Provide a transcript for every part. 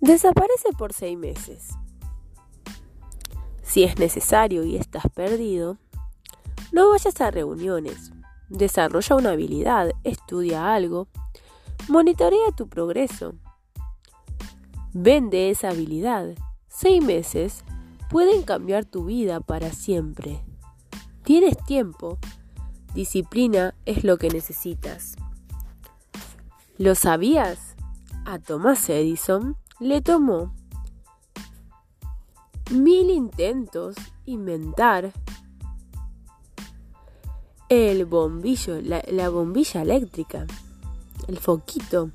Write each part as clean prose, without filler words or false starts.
Desaparece por 6 meses. Si es necesario y estás perdido, no vayas a reuniones. Desarrolla una habilidad, estudia algo, monitorea tu progreso. Vende esa habilidad. 6 meses pueden cambiar tu vida para siempre. Tienes tiempo. Disciplina es lo que necesitas. ¿Lo sabías? A Thomas Edison le tomó 1000 intentos inventar el bombillo, la bombilla eléctrica, el foquito.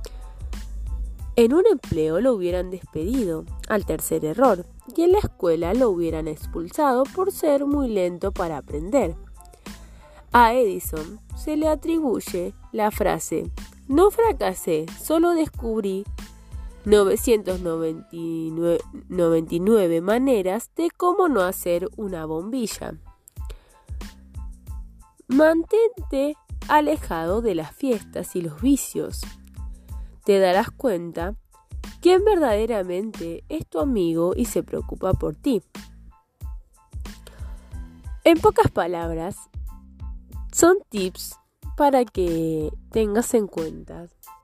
En un empleo lo hubieran despedido al tercer error y en la escuela lo hubieran expulsado por ser muy lento para aprender. A Edison se le atribuye la frase: no fracasé, solo descubrí 999 maneras de cómo no hacer una bombilla. Mantente alejado de las fiestas y los vicios. Te darás cuenta quién verdaderamente es tu amigo y se preocupa por ti. En pocas palabras, son tips para que tengas en cuenta.